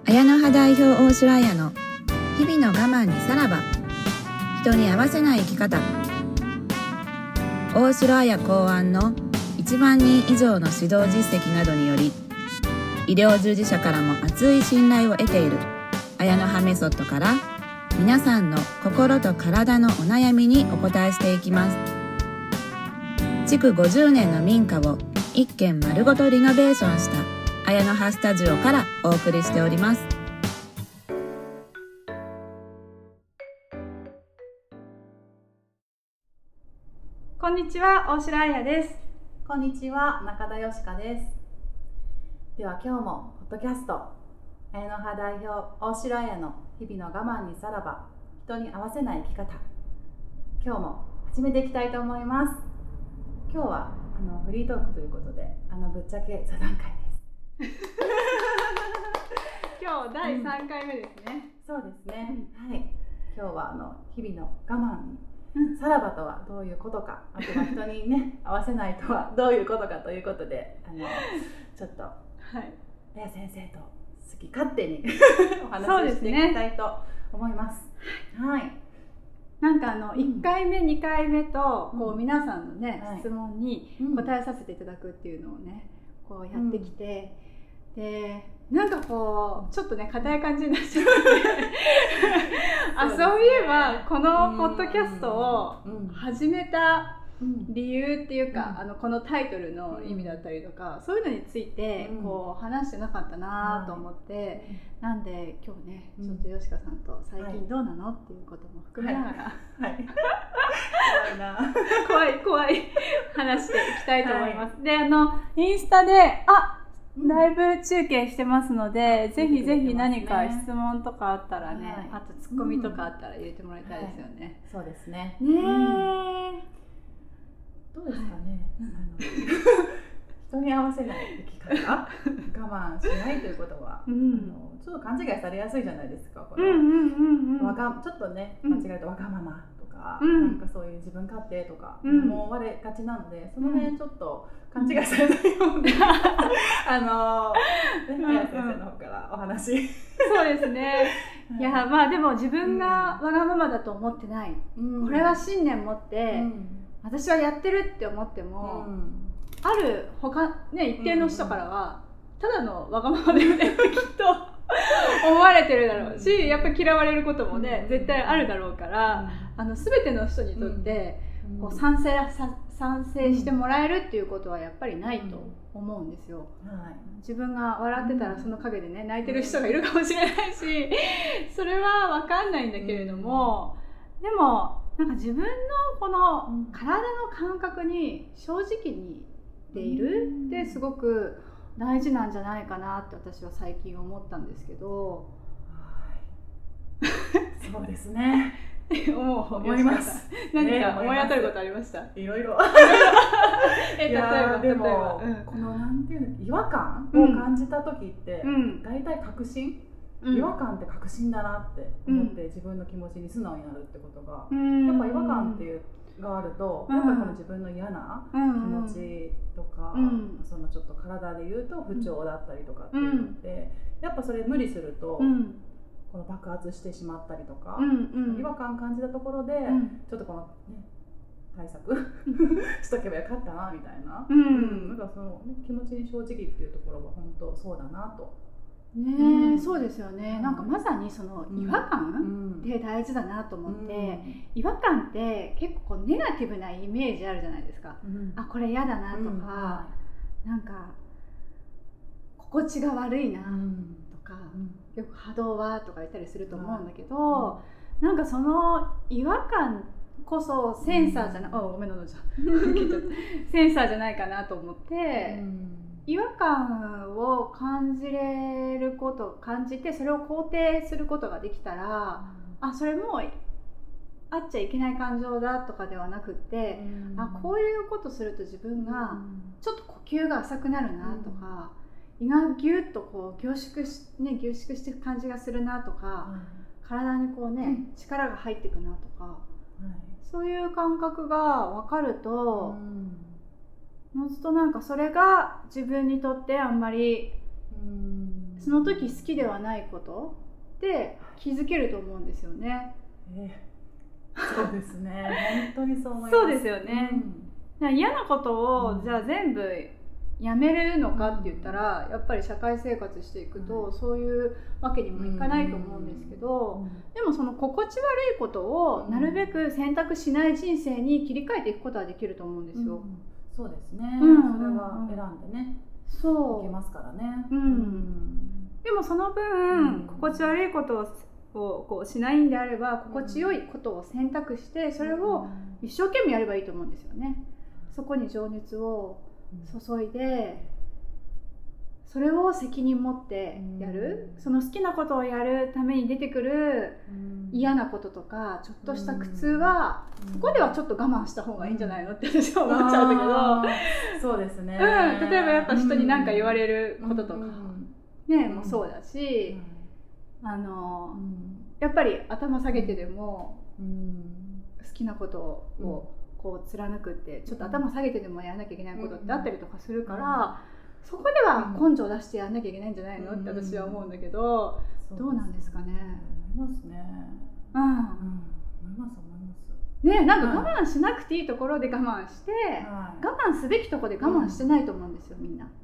綾乃葉代表大城綾の日々の我慢にさらば、人に合わせない生き方。大城綾考案の1万人以上の指導実績などにより、医療従事者からも厚い信頼を得ている綾乃葉メソッドから、皆さんの心と体のお悩みにお答えしていきます。築50年の民家を一軒丸ごとリノベーションした綾乃葉スタジオからお送りしております。 こんにちは、大城彩です。 こんにちは、中田よしかです。では今日もポッドキャスト、綾乃葉代表大城彩の日々の我慢にさらば、人に合わせない生き方。今日も始めていきたいと思います。今日はフリートークということで、ぶっちゃけ座談会です。 今日第3回目ですね。 そうですね。はい。今日は日々の我慢にさらばとはどういうことか、あとは人にね合わせないとはどういうことかということで、ちょっと綾先生と好き勝手にお話ししていきたいと思います。はい。 なんか1回目、2回目とこう皆さんのね、質問に答えさせていただくっていうのをね、こうやってきて、でなんかこうちょっとね硬い感じになっちゃってそういえばこのポッドキャストを始めた理由っていうか、このタイトルの意味だったりとか、そういうのについてこう話してなかったなと思って、なんで今日ねちょっとよしかさんと最近どうなのっていうことも含めながら、怖い話していきたいと思います。でインスタでライブ中継してますので、ぜひぜひ何か質問とかあったらね、あとツッコミとかあったら入れてもらいたいですよね。 そうですね。どうですかね。人に合わせない生き方、我慢しないということは、ちょっと勘違いされやすいじゃないですか。ちょっとね、間違えるとわがままとか、なんかそういう自分勝手とか思われがちなので、その辺ちょっと勘違いされないように綾先生の方からお話。 そうですね。いやまあでも自分がわがままだと思ってない。これは信念持って、私はやってるって思っても、ある一定の人からはただのわがままだよねってきっと思われてるだろうし、やっぱり嫌われることもね絶対あるだろうから、全ての人にとってこう賛成してもらえるっていうことはやっぱりないと思うんですよ。自分が笑ってたらその陰でね泣いてる人がいるかもしれないし、それは分かんないんだけれども、でもなんか自分のこの体の感覚に正直にでいるってすごく大事なんじゃないかなって私は最近思ったんですけど。 そうですね。 思います。何か思い当たることありました？ いろいろ。 例えばでもこのなんていうの、違和感を感じた時って大体確信。違和感って確信だなって思って、自分の気持ちに素直になるってことが、やっぱ違和感っていうがあると、やっぱりこの自分の嫌な気持ちとか、そのちょっと体で言うと不調だったりとかっていうのって、やっぱそれ無理すると、この爆発してしまったりとか、違和感感じたところで、ちょっとこのね対策しとけばよかったなみたいな、なんかその、気持ちに正直っていうところは本当そうだなと。 そうですよね。なんかまさにその違和感って大事だなと思って、違和感って結構ネガティブなイメージあるじゃないですか。これ嫌だなとか、なんか心地が悪いなとか、よく波動はとか言ったりすると思うんだけど、なんかその違和感こそセンサーじゃない、ごめんなさいセンサーじゃないかなと思って、違和感を感じて、それを肯定することができたら、それもあっちゃいけない感情だとかではなくって、こういうことすると自分がちょっと呼吸が浅くなるなとか、胃がギュッとこう凝縮していく感じがするなとか、体にこうね、力が入っていくなとか、そういう感覚が分かると、そうするとなんかそれが自分にとってあんまりその時好きではないことって気づけると思うんですよね。 そうですね本当にそう思います。 そうですよね、嫌なことをじゃあ全部やめるのかって言ったら、やっぱり社会生活していくとそういうわけにもいかないと思うんですけど、でもその心地悪いことをなるべく選択しない人生に切り替えていくことはできると思うんですよ。 そうですね、それは選んでね、いけますからね。 でもその分、心地悪いことをこうしないんであれば、心地よいことを選択してそれを一生懸命やればいいと思うんですよね。そこに情熱を注いでそれを責任持ってやる、その好きなことをやるために出てくる嫌なこととかちょっとした苦痛は、ここではちょっと我慢した方がいいんじゃないのって私は思っちゃうんだけど、そうですね、 例えばやっぱ人に何か言われることとか、ねもそうだし、やっぱり頭下げてでも好きなことをこう貫くってちょっと頭下げてでもやらなきゃいけないことってあったりとかするから、そこでは根性を出してやらなきゃいけないんじゃないのって私は思うんだけど、どうなんですかね。 思いますね。思いますね、なんか我慢しなくていいところで我慢して、我慢すべきところで我慢してないと思うんですよ、みんな。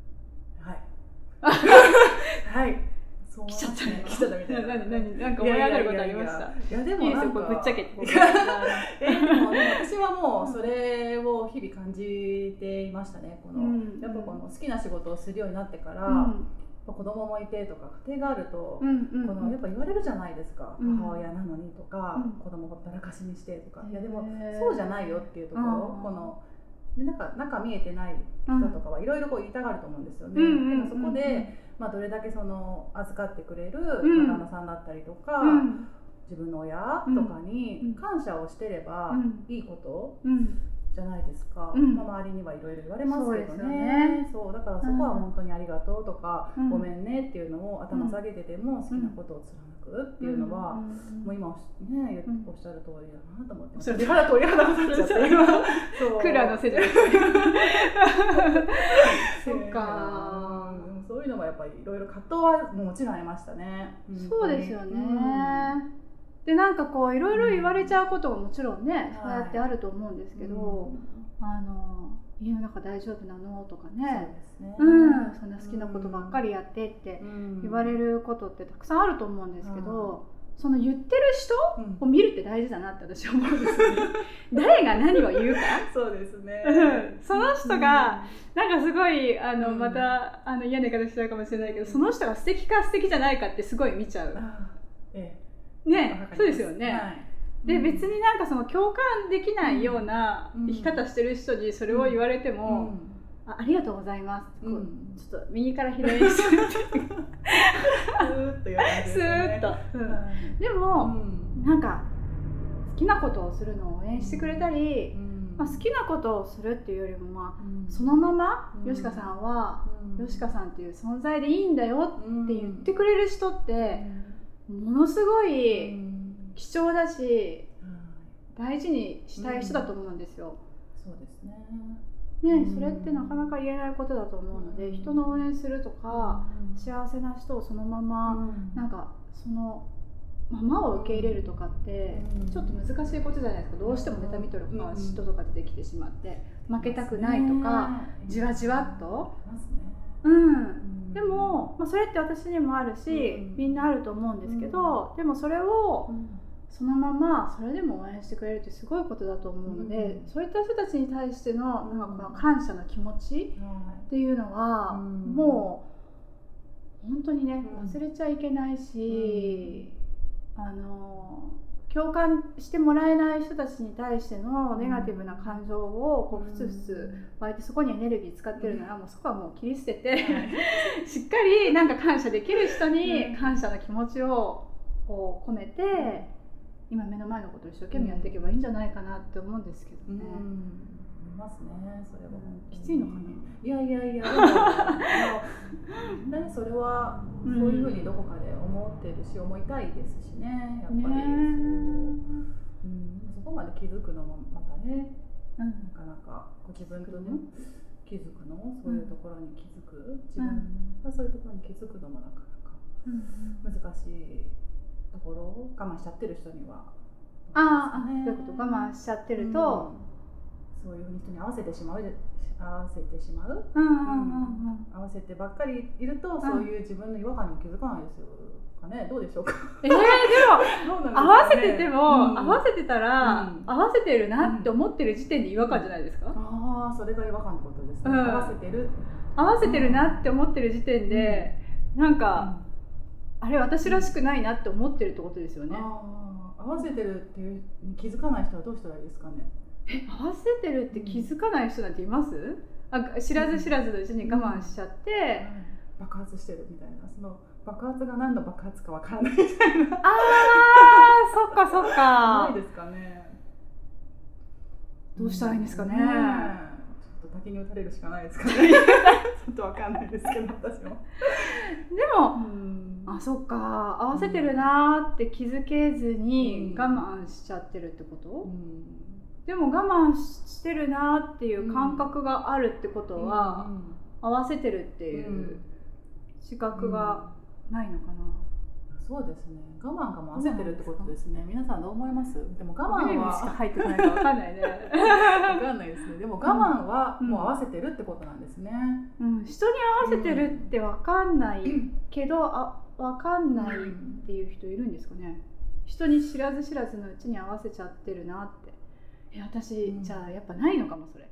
はい来ちゃったみたいな。なんか思い上がることありました。 いやでもなんかぶっちゃけて。 でも私はもうそれを日々感じていましたね。やっぱこの好きな仕事をするようになってから、子供もいてとか家庭があると、やっぱ言われるじゃないですか。母親なのにとか、子供ほったらかしにしてとか。いやでもそうじゃないよっていうところ、中見えてない人とかはいろいろ言いたがると思うんですよね。でもそこでどれだけその預かってくれる旦那さんだったりとか、自分の親とかに感謝をしてればいいことじゃないですか。周りにはいろいろ言われますけどね。そうだからそこは本当にありがとうとか、ごめんねっていうのを頭下げてでも好きなことを貫くっていうのは、もう今ねおっしゃる通りだなと思ってます。鳥肌立っちゃってクーラーのせいじゃないそっか。 そういうのもやっぱりいろいろ葛藤はもちろんありましたね。 そうですよね。でなんかこういろいろ言われちゃうことももちろんね、そうやってあると思うんですけど、家の中大丈夫なのとかね、そんな好きなことばっかりやってって言われることってたくさんあると思うんですけど、その言ってる人を見るって大事だなって私は思うんですよね。誰が何を言うか。 そうですね。 その人がなんかすごいまた嫌な言い方しちゃうかもしれないけど、その人が素敵か素敵じゃないかってすごい見ちゃう。ね、そうですよね。で別になんかその共感できないような生き方してる人にそれを言われても、ありがとうございます、ちょっと右から左にするってスーッと言われて、スーッと、でも、なんか好きなことをするのを応援してくれたり、好きなことをするっていうよりも、そのままよしかさんはよしかさんっていう存在でいいんだよって言ってくれる人って、ものすごい貴重だし、大事にしたい人だと思うんですよ。 そうですね。 それってなかなか言えないことだと思うので、人の応援するとか、幸せな人をそのまま、なんかそのままを受け入れるとかってちょっと難しいことじゃないですか。どうしても妬みとか嫉妬とか出てきてしまって、負けたくないとか、じわじわっと。でも、それって私にもあるし、みんなあると思うんですけど、でもそれをそのままそれでも応援してくれるってすごいことだと思うので、そういった人たちに対してのなんかこの感謝の気持ちっていうのは、もう本当にね忘れちゃいけないし、共感してもらえない人たちに対してのネガティブな感情をこうふつふつ湧いて、そこにエネルギー使ってるなら、もうそこはもう切り捨ててしっかりなんか感謝できる人に感謝の気持ちをこう込めて、今目の前のことを一生懸命やっていけばいいんじゃないかなって思うんですけどね。 思いますね。それはきついのかな。 いやそれはそういうふうにどこかで思ってるし、思いたいですしね。やっぱりそこまで気づくのもまたね、なかなか自分とね気づくの？そういうところに気づく、自分がそういうところに気づくのもなかなか難しいところを我慢しちゃってる人には、 そういうこと、我慢しちゃってると、 そういうふうに人に合わせてしまう、合わせてばっかりいると、そういう自分の違和感に気づかないですよかね。どうでしょうか。 でも合わせてても、合わせてたら、合わせてるなって思ってる時点で違和感じゃないですか。 それが違和感ってことですね。合わせてるなって思ってる時点で、なんか、あれ私らしくないなって思ってるってことですよね。 合わせてるっていう気づかない人はどうしたらいいですかね。 合わせてるって気づかない人なんています？知らず知らずのうちに我慢しちゃって、 爆発してるみたいな、その爆発が何の爆発かわからないみたいな。 そっかそっか。 ないですかね。 どうしたらいいんですかね。 ちょっと滝に打たれるしかないですかね。ちょっとわかんないですけど、私も。 でも、そっか、合わせてるなーって気づけずに我慢しちゃってるってこと？でも我慢してるなっていう感覚があるってことは、合わせてるっていう自覚がないのかな。 そうですね。我慢が合わせてるってことですね。皆さんどう思います？でも我慢はしか入ってこないかわかんないね。 わかんないですね。でも我慢はもう合わせてるってことなんですね。 人に合わせてるってわかんないけど、わかんないっていう人いるんですかね。人に知らず知らずのうちに合わせちゃってるなって。私、じゃあやっぱないのかも、それ。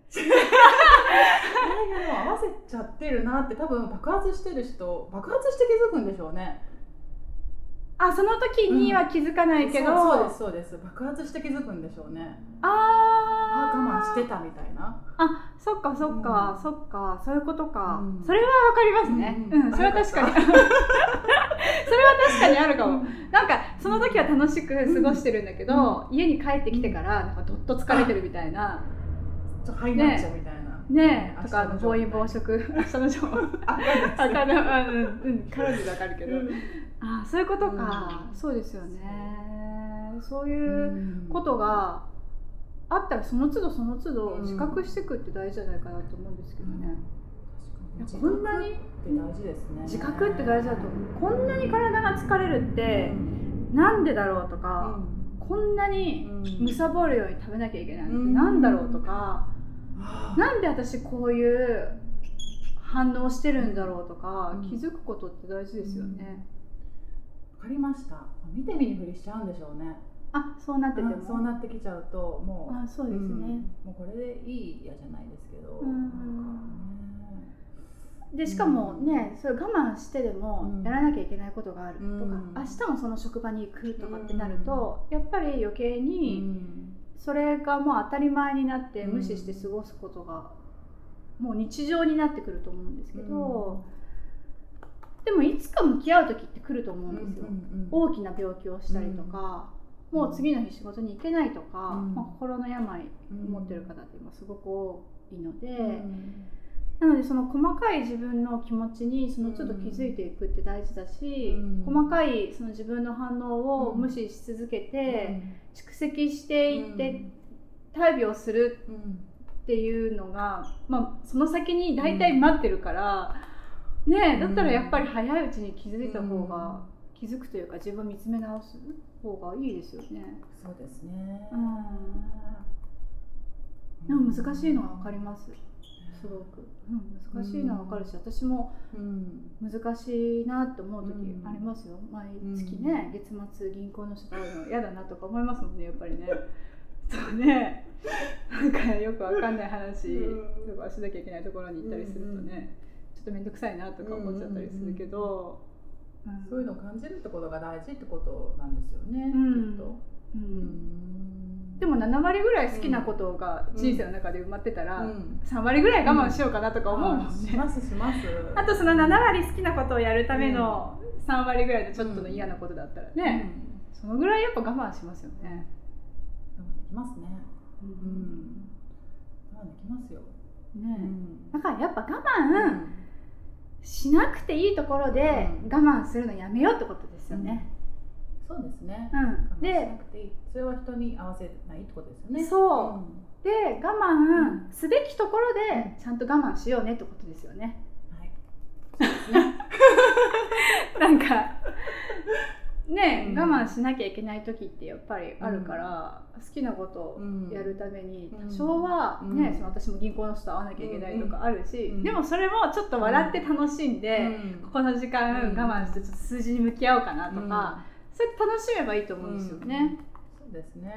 合わせちゃってるなって、多分爆発してる人、爆発して気づくんでしょうね。 その時には気づかないけど、 そうです。爆発して気づくんでしょうね。 我慢してたみたいな。 そっか、そういうことか。それはわかりますね。それは確かに。それは確かにあるかも。なんかその時は楽しく過ごしてるんだけど、家に帰ってきてからなんかどっと疲れてるみたいな。 ちょっとハイになっちゃうみたいな。 とか暴飲暴食、明日の情報。カロリーわかるけど。そういうことか。そうですよね。そういうことがあったらその都度その都度自覚していくって大事じゃないかなと思うんですけどね。こんなに自覚って大事だと思う。こんなに体が疲れるってなんでだろうとか、こんなに貪るように食べなきゃいけないのってなんだろうとか、なんで私こういう反応してるんだろうとか気づくことって大事ですよね。 わかりました。見て見ぬふりしちゃうんでしょうね。 そうなってても、 そうなってきちゃうともう、 そうですね。 もうこれでいいやじゃないですけど、 でしかもね、それ我慢してでもやらなきゃいけないことがあるとか、明日もその職場に行くとかってなると、やっぱり余計にそれがもう当たり前になって無視して過ごすことがもう日常になってくると思うんですけど、でもいつか向き合う時って来ると思うんですよ。大きな病気をしたりとか、もう次の日仕事に行けないとか、心の病を持ってる方って今すごく多いので、なのでその細かい自分の気持ちにその都度気づいていくって大事だし、細かいその自分の反応を無視し続けて、蓄積していって大病するっていうのが、その先に大体待ってるから、だったらやっぱり早いうちに気づいた方が、気づくというか自分を見つめ直す方がいいですよね。 そうですね。 でも難しいのは分かります。すごく、難しいのは分かるし、私も難しいなって思う時ありますよ。毎月ね、月末銀行の人と会うの嫌だなとか思いますもんね、やっぱりね。そうね、なんかよく分かんない話とかしなきゃいけないところに行ったりするとね、ちょっと面倒くさいなとか思っちゃったりするけど、 そういうのを感じるってことが大事ってことなんですよね、きっと。 でも7割ぐらい好きなことが人生の中で埋まってたら、3割ぐらい我慢しようかなとか思うもんね。 しますあとその7割好きなことをやるための3割ぐらいのちょっとの嫌なことだったらね、そのぐらいやっぱ我慢しますよね。 我慢できますね。我慢できますよね。だからやっぱ我慢しなくていいところで我慢するのやめようってことですよね。 そうですね。 で、 それは人に合わせないってことですよね。 そう。 で我慢すべきところでちゃんと我慢しようねってことですよね。 はい、そうですねなんかね、我慢しなきゃいけない時ってやっぱりあるから、好きなことをやるために多少はね、その私も銀行の人と会わなきゃいけないとかあるし、でもそれもちょっと笑って楽しんで、ここの時間我慢してちょっと数字に向き合おうかなとか、そうやって楽しめばいいと思うんですよね。 そうですね。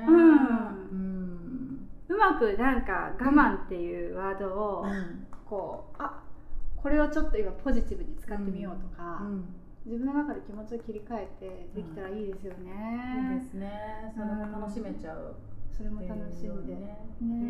うまくなんか我慢っていうワードをこう、これをちょっと今ポジティブに使ってみようとか、自分の中で気持ちを切り替えてできたらいいですよね。 いいですね。それも楽しめちゃう。 それも楽しんでね。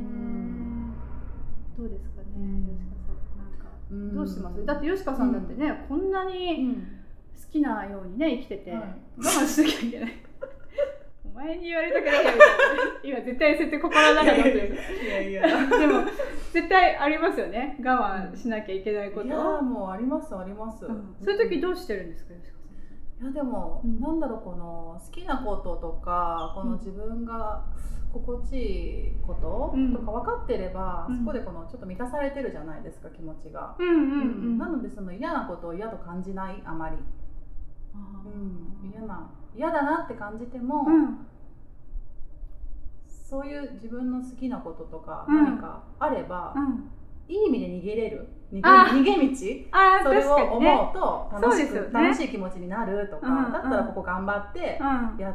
どうですかね、吉川さん。なんかどうしてます？だって吉川さんだってね、こんなに好きなようにね生きてて、我慢しなきゃいけない。お前に言われたくないみたいな。今絶対そうやって心の中で思ってる。いやでも絶対ありますよね。我慢しなきゃいけないこと。 いやもうありますあります。 そういう時どうしてるんですか、吉川さん。 いやでも、なんだろう、この好きなこととか、この自分が心地いいこととか分かってれば、そこでこのちょっと満たされてるじゃないですか、気持ちが。なのでその嫌なことを嫌と感じない、あまり。嫌だなって感じても、そういう自分の好きなこととか何かあれば、いい意味で逃げれる逃げ道、それを思うと楽しい気持ちになるとか、だったらここ頑張ってやって、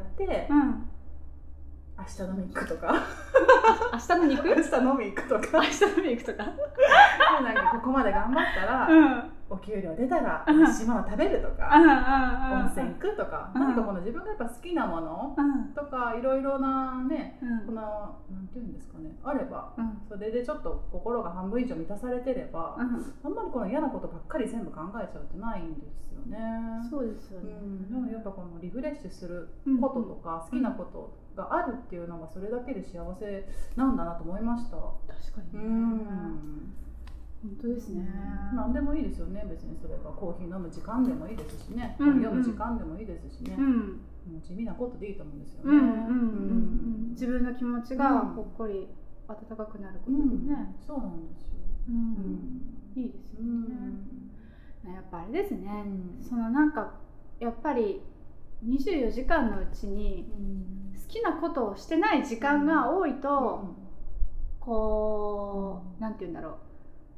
明日飲み行くとか明日飲み行くとかなんかここまで頑張ったら、お給料出たら美味しいもの食べるとか、温泉行くとか、何かこの自分がやっぱ好きなものとかいろいろなね、このなんていうんですかね、あれば、それでちょっと心が半分以上満たされてれば、あんまりこの嫌なことばっかり全部考えちゃうってないんですよね。 そうですよね。 でもやっぱこのリフレッシュすることとか、好きなことがあるっていうのがそれだけで幸せなんだなと思いました。 確かに。本当ですね。 何でもいいですよね。別にそれがコーヒー飲む時間でもいいですしね、読む時間でもいいですしね、地味なことでいいと思うんですよね。 自分の気持ちがほっこり温かくなることでね。 そうなんですよ。 いいですよね。やっぱあれですね、そのなんかやっぱり24時間のうちに好きなことをしてない時間が多いと、こうなんて言うんだろう、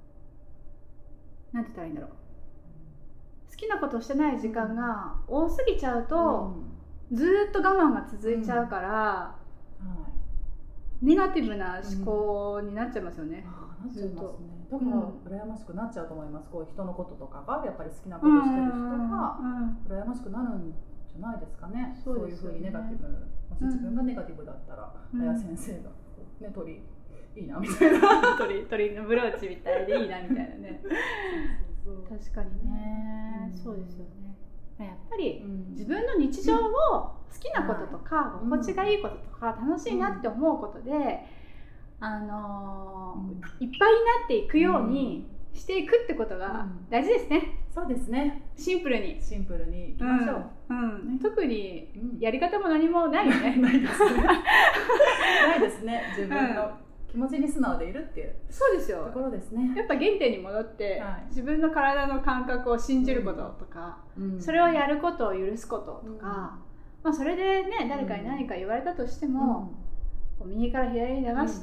なんて言ったらいいんだろう、好きなことをしてない時間が多すぎちゃうと、ずーっと我慢が続いちゃうから、ネガティブな思考になっちゃいますよね。 ずっとだから羨ましくなっちゃうと思います。こういう人のこととかがやっぱり好きなことをしてる人が羨ましくなるんじゃないですかね。そういうふうにネガティブ、もし自分がネガティブだったら、綾先生がね、鳥いいなみたいな鳥のブローチみたいでいいなみたいなね。確かにね、そうですよね。やっぱり自分の日常を好きなこととか、心地がいいこととか、楽しいなって思うことで、いっぱいになっていくようにしていくってことが大事ですね。 そうですね。 シンプルにいきましょう。 特にやり方も何もないよね。 ないですね。自分の気持ちに素直でいるっていうそうですよところですね。 やっぱ原点に戻って、自分の体の感覚を信じることとか、それをやることを許すこととか、それでね、誰かに何か言われたとしても、右から左に流して、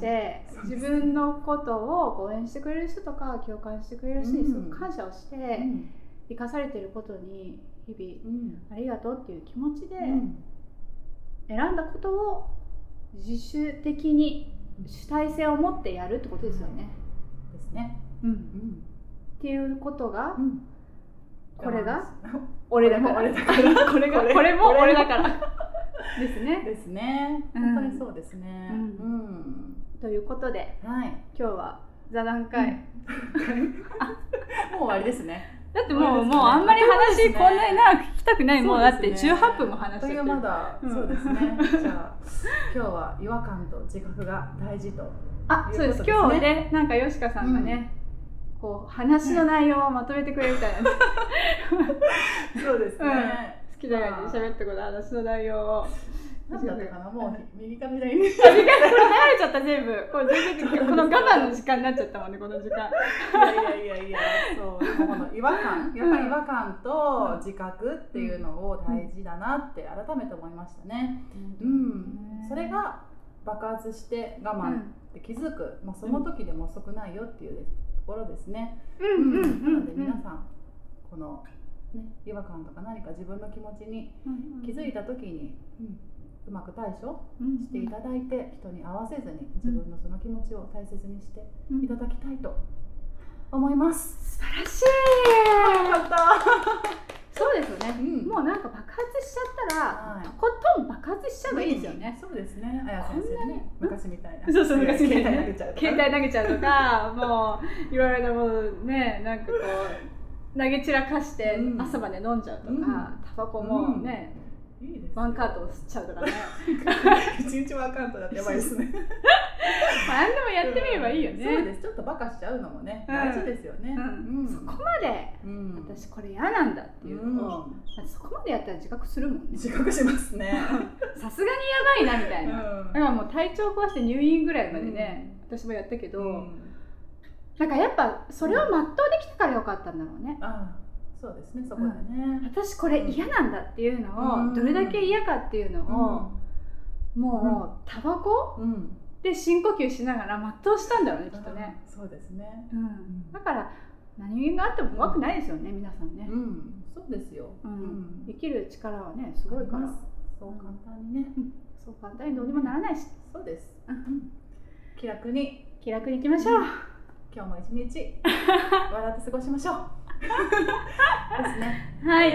自分のことを応援してくれる人とか共感してくれる人にすごく感謝をして、生かされていることに日々、ありがとうっていう気持ちで選んだことを自主的に主体性を持ってやるってことですよね。 ですね。 っていうことが、これが俺だから、これも俺だからですね。 ですね。本当にそうですね。 ということで、今日は座談会、もう終わりですね。 だってもうあんまり話こんなに長く聞きたくない。もうだって18分も話してる。 まだそうですね。じゃあ今日は違和感と自覚が大事ということですね。 そうです。今日ね、なんか吉川さんがね、こう話の内容をまとめてくれるみたいな。 そうですね。 好きなように喋ってくる話の内容を何だったかな、もう右から左にこれ流れちゃった全部。この我慢の時間になっちゃったもんね、この時間。 いやそう、この違和感、やっぱり違和感と自覚っていうのを大事だなって改めて思いましたね。それが爆発して我慢って気づく、もうその時でも遅くないよっていうところですね。なので皆さんこの違和感とか何か自分の気持ちに気づいた時にうまく対処していただいて、人に合わせずに自分のその気持ちを大切にしていただきたいと思います。 素晴らしい。 よかった。 そうですよね。もうなんか爆発しちゃったら、とことん爆発しちゃえばいいですよね。 そうですね。あや先生ね、昔みたいな。 そう昔みたいな。 携帯投げちゃうとか、もういろいろなものね、なんかこう投げ散らかして朝まで飲んじゃうとか、タバコもね、ワンカートを吸っちゃうとかね。 一日ワンカートだってやばいですね。 何でもやってみればいいよね。 そうです。ちょっとバカしちゃうのもね、大事ですよね。 そこまで私これ嫌なんだっていうのを、そこまでやったら自覚するもんね。 自覚しますね。 さすがにやばいなみたいな。だからもう体調壊して入院ぐらいまでね、私もやったけど、なんかやっぱそれを全うできたからよかったんだろうね。 そうですね、そこでね。 私これ嫌なんだっていうのを、どれだけ嫌かっていうのを、もうタバコで深呼吸しながら全うしたんだろうね、きっとね。 そうですね。 だから何があっても怖くないですよね、皆さんね。 そうですよ。 生きる力はね、すごいから。 そう簡単にね。 そう簡単にどうにもならないし。 そうです。気楽にいきましょう。 今日も一日笑って過ごしましょう。ですね。 はい。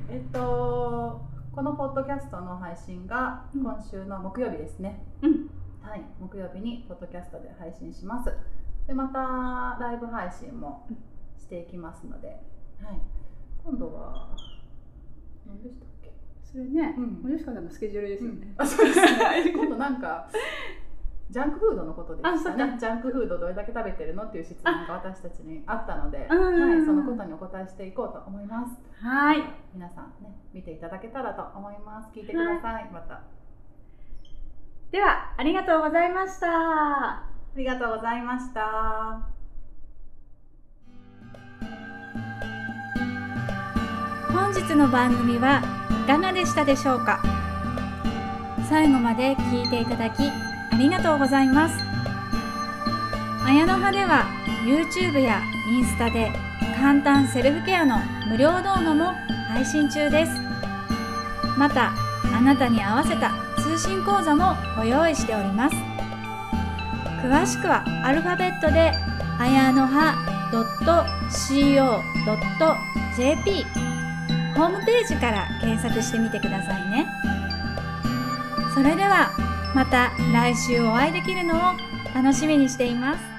このポッドキャストの配信が今週の木曜日ですね。はい、木曜日にポッドキャストで配信します。で、またライブ配信もしていきますので、はい。今度は何でしたっけ？ それね、森吉さんのスケジュールですよね。 そうですね。今度なんか。ジャンクフードのことでしたね。ジャンクフードどれだけ食べてるのっていう質問が私たちにあったので、そのことにお答えしていこうと思います。 はい。 皆さんね、見ていただけたらと思います。聞いてください。また。 では、ありがとうございました。 ありがとうございました。 本日の番組はいかがでしたでしょうか。最後まで聞いていただきありがとうございます。綾の葉では YouTube やインスタで簡単セルフケアの無料動画も配信中です。またあなたに合わせた通信講座もご用意しております。詳しくはアルファベットで綾の葉 .co.jp ホームページから検索してみてくださいね。それではまた来週お会いできるのを楽しみにしています。